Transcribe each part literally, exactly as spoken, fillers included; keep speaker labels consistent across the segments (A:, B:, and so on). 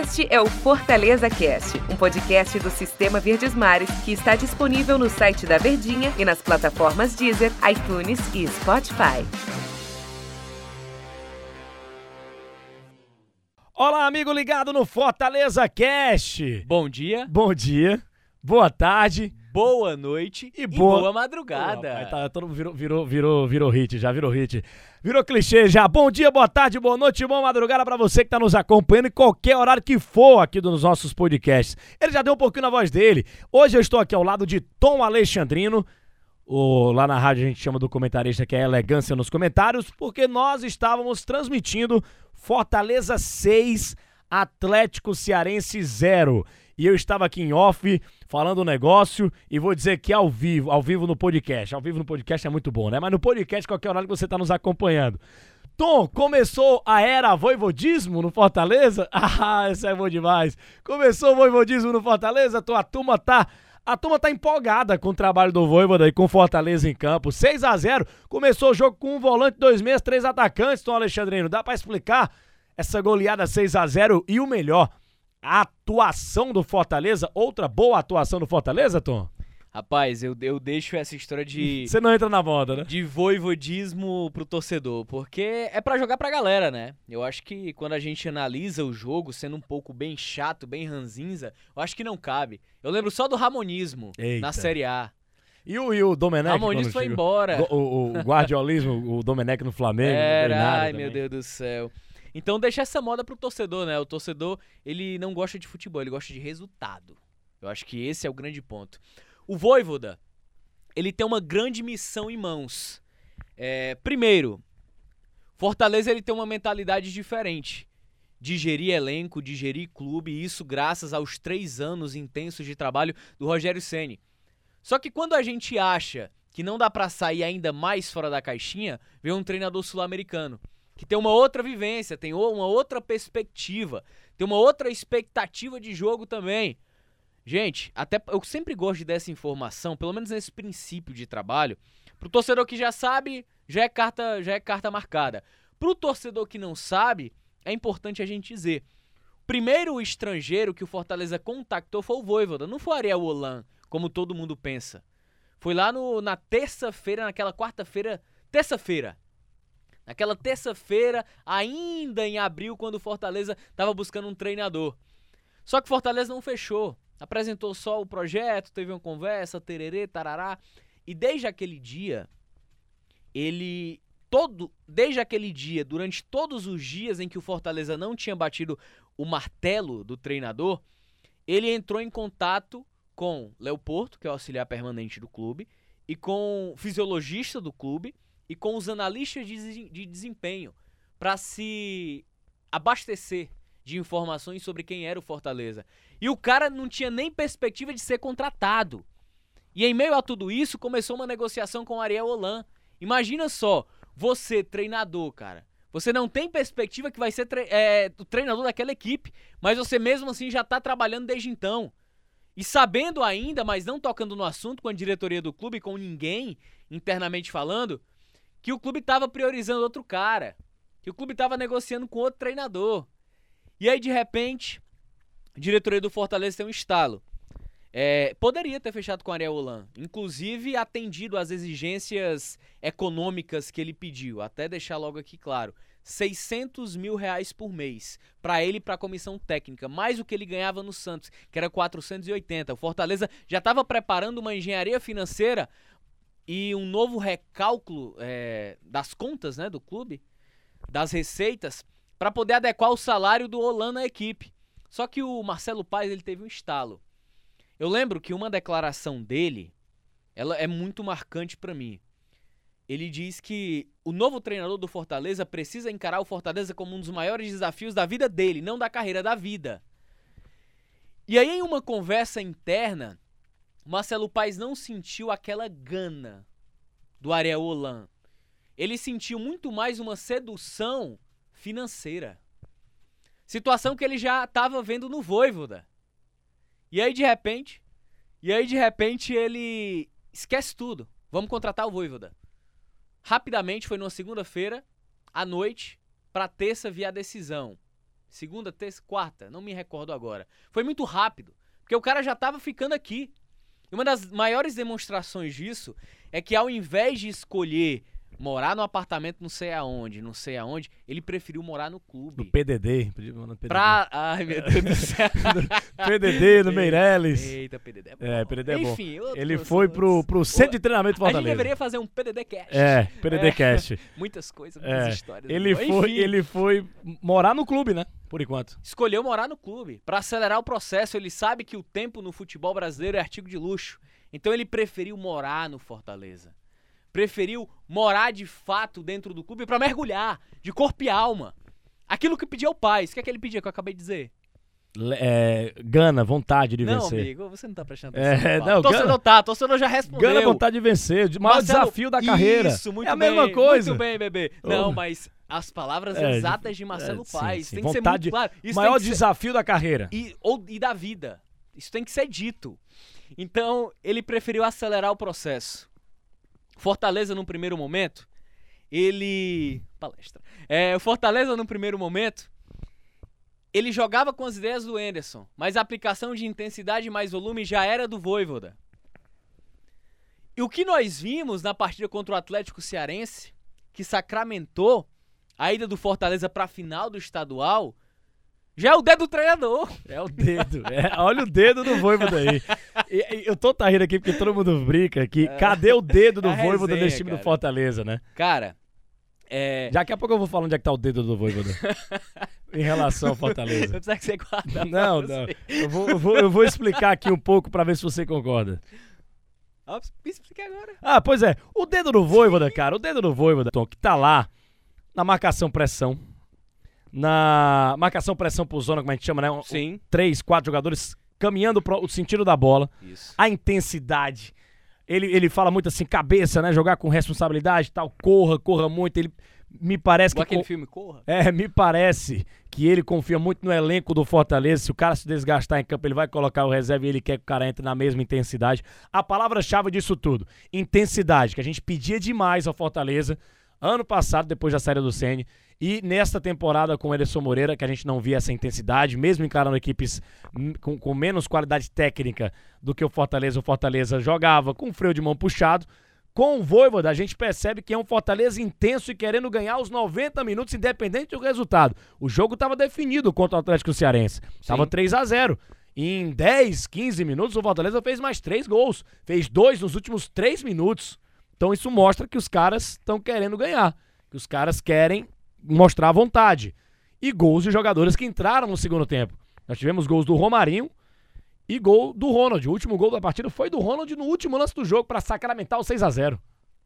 A: Este é o Fortaleza Cast, um podcast do Sistema Verdes Mares que está disponível no site da Verdinha e nas plataformas Deezer, iTunes e Spotify.
B: Olá, amigo ligado no Fortaleza Cast.
C: Bom dia.
B: Bom dia. Boa tarde.
C: Boa noite
B: e,
C: e
B: boa,
C: boa madrugada.
B: Aí tá, todo mundo virou, virou, virou, virou hit, já virou hit. Virou clichê já. Bom dia, boa tarde, boa noite e boa madrugada pra você que tá nos acompanhando em qualquer horário que for aqui dos nossos podcasts. Ele já deu um pouquinho na voz dele. Hoje eu estou aqui ao lado de Tom Alexandrino. O, lá na rádio a gente chama do comentarista que é elegância nos comentários, porque nós estávamos transmitindo Fortaleza seis, Atlético Cearense zero. E eu estava aqui em off, falando um negócio, e vou dizer que ao vivo, ao vivo no podcast. Ao vivo no podcast é muito bom, né? Mas no podcast, qualquer horário que você está nos acompanhando. Tom, começou a era voivodismo no Fortaleza? Ah, isso é bom demais. Começou o voivodismo no Fortaleza? Tom, a turma tá... A turma tá empolgada com o trabalho do Vojvoda e com Fortaleza em campo. seis a zero, começou o jogo com um volante, dois meias, três atacantes, Tom Alexandrino. Dá pra explicar essa goleada seis a zero e o melhor, a atuação do Fortaleza? Outra boa atuação do Fortaleza, Tom?
C: Rapaz, eu, eu deixo essa história de...
B: Você não entra na moda, né?
C: De voivodismo pro torcedor, porque é pra jogar pra galera, né? Eu acho que quando a gente analisa o jogo, sendo um pouco bem chato, bem ranzinza, eu acho que não cabe. Eu lembro só do ramonismo. Eita. Na Série A.
B: E o, e o Domenech?
C: Ramonismo foi chegou? embora.
B: O, o, o guardiolismo, o Domenech no Flamengo.
C: Era,
B: não
C: ai
B: também.
C: Meu Deus do céu. Então deixa essa moda pro torcedor, né? O torcedor, ele não gosta de futebol, ele gosta de resultado. Eu acho que esse é o grande ponto. O Vojvoda, ele tem uma grande missão em mãos. É, primeiro, Fortaleza ele tem uma mentalidade diferente. De gerir elenco, de gerir clube, e isso graças aos três anos intensos de trabalho do Rogério Ceni. Só que quando a gente acha que não dá pra sair ainda mais fora da caixinha, vem um treinador sul-americano, que tem uma outra vivência, tem uma outra perspectiva, tem uma outra expectativa de jogo também. Gente, até eu sempre gosto de dar essa informação, pelo menos nesse princípio de trabalho, pro torcedor que já sabe, já é carta, já é carta marcada. Pro torcedor que não sabe, é importante a gente dizer. Primeiro estrangeiro que o Fortaleza contactou foi o Vojvoda, não foi o Ariel Holan, como todo mundo pensa. Foi lá no, na terça-feira, naquela quarta-feira, terça-feira. Naquela terça-feira, ainda em abril, quando o Fortaleza estava buscando um treinador. Só que o Fortaleza não fechou. Apresentou só o projeto, teve uma conversa, tererê, tarará. E desde aquele dia, ele... todo, desde aquele dia, durante todos os dias em que o Fortaleza não tinha batido o martelo do treinador, ele entrou em contato com Léo Porto, que é o auxiliar permanente do clube, e com o fisiologista do clube, e com os analistas de desempenho, para se abastecer de informações sobre quem era o Fortaleza. E o cara não tinha nem perspectiva de ser contratado. E em meio a tudo isso, começou uma negociação com o Ariel Holan. Imagina só, você, treinador, cara, você não tem perspectiva que vai ser tre- é, o treinador daquela equipe, mas você mesmo assim já tá trabalhando desde então. E sabendo ainda, mas não tocando no assunto com a diretoria do clube, com ninguém, internamente falando, que o clube tava priorizando outro cara, que o clube tava negociando com outro treinador. E aí, de repente, a diretoria do Fortaleza tem um estalo. É, poderia ter fechado com o Ariel Holan, inclusive atendido às exigências econômicas que ele pediu. Até deixar logo aqui claro, seiscentos mil reais por mês para ele e para a comissão técnica, mais o que ele ganhava no Santos, que era quatrocentos e oitenta. O Fortaleza já estava preparando uma engenharia financeira e um novo recálculo é, das contas, né, do clube, das receitas, para poder adequar o salário do Holan na equipe. Só que o Marcelo Paes, ele teve um estalo. Eu lembro que uma declaração dele, ela é muito marcante para mim. Ele diz que o novo treinador do Fortaleza precisa encarar o Fortaleza como um dos maiores desafios da vida dele, não da carreira, da vida. E aí, em uma conversa interna, Marcelo Paes não sentiu aquela gana do Ariel Holan. Ele sentiu muito mais uma sedução financeira. Situação que ele já estava vendo no Vojvoda. E aí de repente, e aí de repente ele esquece tudo. Vamos contratar o Vojvoda. Rapidamente, foi numa segunda-feira, à noite, para terça via a decisão. Segunda, terça, quarta, não me recordo agora. Foi muito rápido, porque o cara já tava ficando aqui. E uma das maiores demonstrações disso é que ao invés de escolher morar no apartamento não sei aonde, não sei aonde, ele preferiu morar no clube.
B: No P D D. Podia morar no P D D.
C: Pra... Ai, meu Deus do céu.
B: no P D D, no Meirelles.
C: Eita, P D D é bom.
B: É, P D D é bom.
C: Enfim, outro,
B: ele foi pro, pro centro de treinamento Fortaleza.
C: A gente deveria fazer um P D D Cast.
B: É, P D D
C: é.
B: Cast.
C: Muitas coisas, muitas
B: é.
C: histórias.
B: Ele foi, ele foi morar no clube, né? Por enquanto.
C: Escolheu morar no clube. Pra acelerar o processo, ele sabe que o tempo no futebol brasileiro é artigo de luxo. Então ele preferiu morar no Fortaleza. Preferiu morar de fato dentro do clube pra mergulhar, de corpo e alma. Aquilo que pedia ao pai. O que é que ele pedia que eu acabei de dizer?
B: É, gana, vontade de
C: não,
B: vencer.
C: Não, amigo, você não tá prestando atenção.
B: É, não,
C: torcedor
B: gana,
C: tá, torcedor já respondeu.
B: Gana, vontade de vencer, o maior
C: Marcelo,
B: desafio da carreira.
C: Isso, muito
B: é a
C: bem,
B: mesma coisa.
C: Muito bem, bebê. Não, mas as palavras
B: é,
C: exatas de Marcelo
B: é,
C: Paes.
B: sim, sim.
C: Tem
B: Vontade,
C: que ser muito claro. Isso
B: maior
C: tem que
B: desafio
C: ser...
B: da carreira.
C: E, ou, e da vida. Isso tem que ser dito. Então, ele preferiu acelerar o processo. Fortaleza, num primeiro momento, ele... Palestra. É, o Fortaleza, num primeiro momento, ele jogava com as ideias do Anderson, mas a aplicação de intensidade e mais volume já era do Vojvoda. E o que nós vimos na partida contra o Atlético Cearense, que sacramentou a ida do Fortaleza para a final do estadual, já é o dedo do treinador.
B: É o dedo. É, olha o dedo do Vojvoda aí. E, e, eu tô tá rindo aqui porque todo mundo brinca que é, cadê o dedo do Vojvoda nesse time cara. do Fortaleza, né?
C: Cara, é...
B: Daqui a pouco eu vou falar onde é que tá o dedo do Vojvoda. Em relação ao Fortaleza.
C: Eu preciso que você guarda.
B: Não, não. Eu vou, eu, vou, eu vou explicar aqui um pouco pra ver se você concorda.
C: Ah, me explica agora.
B: Ah, pois é. O dedo do Vojvoda, cara, o dedo do Vojvoda, que tá lá na marcação-pressão. Na marcação-pressão por zona, como a gente chama, né?
C: Sim.
B: Três, quatro jogadores caminhando pro o sentido da bola.
C: Isso.
B: A intensidade. Ele, ele fala muito assim, cabeça, né? Jogar com responsabilidade e tal. Corra, corra muito. Ele me parece
C: Igual
B: que...
C: aquele filme Corra?
B: É, me parece que ele confia muito no elenco do Fortaleza. Se o cara se desgastar em campo, ele vai colocar o reserva e ele quer que o cara entre na mesma intensidade. A palavra-chave disso tudo, intensidade, que a gente pedia demais ao Fortaleza ano passado, depois da saída do Ceni, e nesta temporada com o Ederson Moreira, que a gente não via essa intensidade, mesmo encarando equipes com, com menos qualidade técnica do que o Fortaleza. O Fortaleza jogava com freio de mão puxado. Com o Vojvoda, a gente percebe que é um Fortaleza intenso e querendo ganhar os noventa minutos, independente do resultado. O jogo estava definido contra o Atlético Cearense. Estava três a zero. E em dez, quinze minutos, o Fortaleza fez mais três gols. Fez dois nos últimos três minutos. Então isso mostra que os caras estão querendo ganhar. Que os caras querem mostrar vontade. E gols de jogadores que entraram no segundo tempo. Nós tivemos gols do Romarinho e gol do Ronald. O último gol da partida foi do Ronald no último lance do jogo para sacramentar o seis a zero.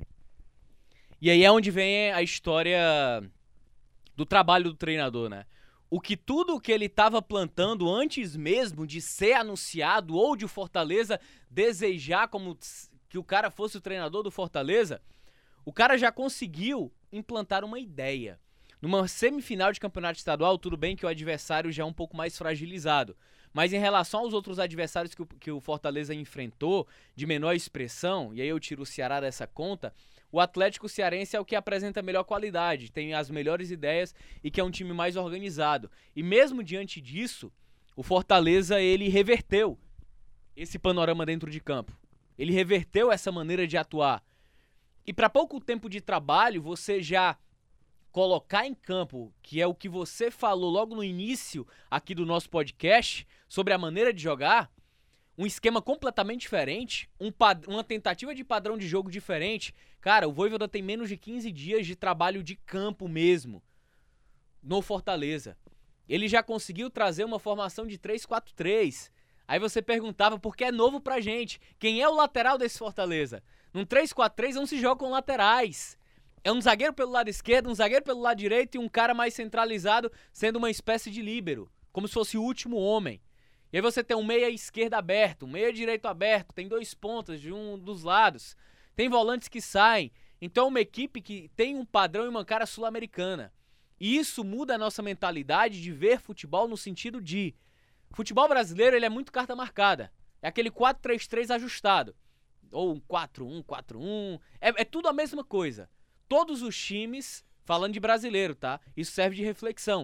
C: E aí é onde vem a história do trabalho do treinador, né? O que tudo que ele estava plantando antes mesmo de ser anunciado ou de o Fortaleza desejar como que o cara fosse o treinador do Fortaleza, o cara já conseguiu implantar uma ideia. Numa semifinal de campeonato estadual, tudo bem que o adversário já é um pouco mais fragilizado, mas em relação aos outros adversários que o, que o Fortaleza enfrentou, de menor expressão, e aí eu tiro o Ceará dessa conta, o Atlético Cearense é o que apresenta a melhor qualidade, tem as melhores ideias e que é um time mais organizado. E mesmo diante disso, o Fortaleza ele reverteu esse panorama dentro de campo. Ele reverteu essa maneira de atuar. E para pouco tempo de trabalho, você já colocar em campo, que é o que você falou logo no início aqui do nosso podcast, sobre a maneira de jogar, um esquema completamente diferente, um pad- uma tentativa de padrão de jogo diferente. Cara, o Vojvoda tem menos de quinze dias de trabalho de campo mesmo no Fortaleza. Ele já conseguiu trazer uma formação de três quatro três. Aí você perguntava, porque é novo pra gente, quem é o lateral desse Fortaleza? Num três quatro três não se joga com laterais. É um zagueiro pelo lado esquerdo, um zagueiro pelo lado direito e um cara mais centralizado sendo uma espécie de líbero, como se fosse o último homem. E aí você tem um meia esquerda aberto, um meia direito aberto, tem dois pontas de um dos lados, tem volantes que saem. Então é uma equipe que tem um padrão e uma cara sul-americana. E isso muda a nossa mentalidade de ver futebol no sentido de... Futebol brasileiro ele é muito carta marcada. É aquele quatro três três ajustado. Ou um quatro um quatro um. É, é tudo a mesma coisa. Todos os times, falando de brasileiro, tá? Isso serve de reflexão.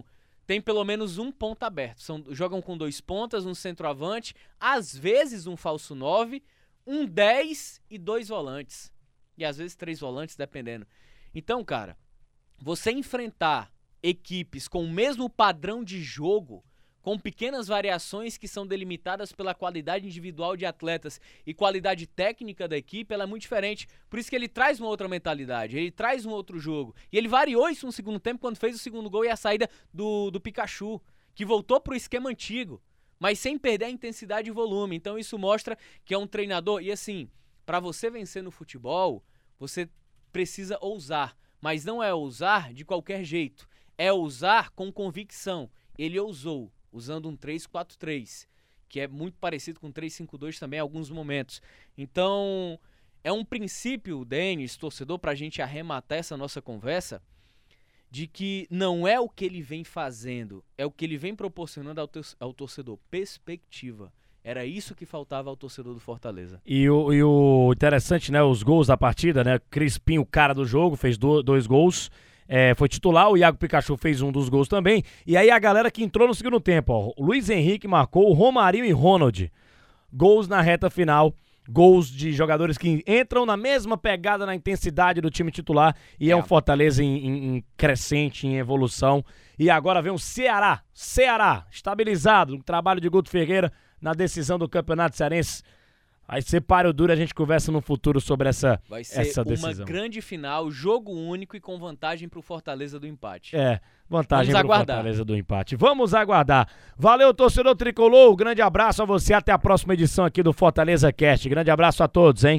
C: tem pelo menos um ponta aberto. São, jogam com dois pontas, um centroavante, às vezes um falso nove, um dez e dois volantes. E às vezes três volantes, dependendo. Então, cara, você enfrentar equipes com o mesmo padrão de jogo, com pequenas variações que são delimitadas pela qualidade individual de atletas e qualidade técnica da equipe, ela é muito diferente. Por isso que ele traz uma outra mentalidade, ele traz um outro jogo. E ele variou isso no segundo tempo quando fez o segundo gol e a saída do, do Pikachu, que voltou pro esquema antigo, mas sem perder a intensidade e volume. Então isso mostra que é um treinador. E assim, para você vencer no futebol, você precisa ousar. Mas não é ousar de qualquer jeito, é ousar com convicção. Ele ousou, usando um três quatro três, que é muito parecido com o três cinco dois também em alguns momentos. Então, é um princípio, Denis, torcedor, para a gente arrematar essa nossa conversa, de que não é o que ele vem fazendo, é o que ele vem proporcionando ao, ao torcedor, perspectiva. Era isso que faltava ao torcedor do Fortaleza.
B: E o, e o interessante, né, os gols da partida, né, Crispim, o cara do jogo, fez do, dois gols, é, foi titular, o Iago Pikachu fez um dos gols também, e aí a galera que entrou no segundo tempo, ó, o Luiz Henrique marcou, o Romarinho e Ronald, gols na reta final, gols de jogadores que entram na mesma pegada, na intensidade do time titular, e é, é um Fortaleza em, em, em crescente, em evolução, e agora vem o Ceará, Ceará, estabilizado, um trabalho de Guto Ferreira na decisão do Campeonato Cearense. Aí ser páreo duro, a gente conversa no futuro sobre essa,
C: Vai ser
B: essa
C: uma
B: decisão.
C: Grande final, jogo único e com vantagem pro Fortaleza do empate.
B: É, vantagem
C: Vamos
B: pro
C: aguardar.
B: Fortaleza do empate. Vamos aguardar. Valeu, torcedor tricolor, um grande abraço a você, até a próxima edição aqui do Fortaleza Cast. Grande abraço a todos, hein?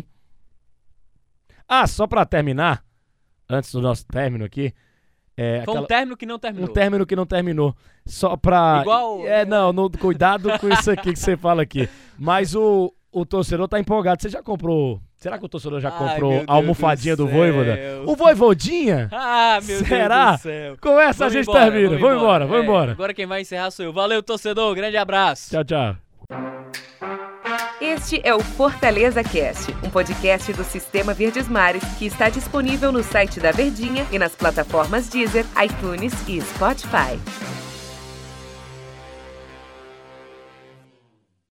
B: Ah, só pra terminar, antes do nosso término aqui, É,
C: Foi
B: aquela...
C: um término que não terminou.
B: Um término que não terminou. Só pra...
C: Igual...
B: É, não, no... cuidado com isso aqui que você fala aqui. Mas o, o torcedor tá empolgado. Você já comprou... Será que o torcedor já comprou
C: Ai,
B: a almofadinha do,
C: do
B: Voivoda? O Voivodinha?
C: Ah, meu
B: Será?
C: Deus do céu.
B: Com essa
C: Vamos
B: a gente
C: embora,
B: termina.
C: vamos
B: Vamos embora,
C: embora,
B: vamos
C: é,
B: embora.
C: Agora quem vai encerrar sou eu. Valeu, torcedor. Grande abraço.
B: Tchau, tchau.
A: Este é o Fortaleza Cast, um podcast do Sistema Verdes Mares que está disponível no site da Verdinha e nas plataformas Deezer, iTunes e Spotify.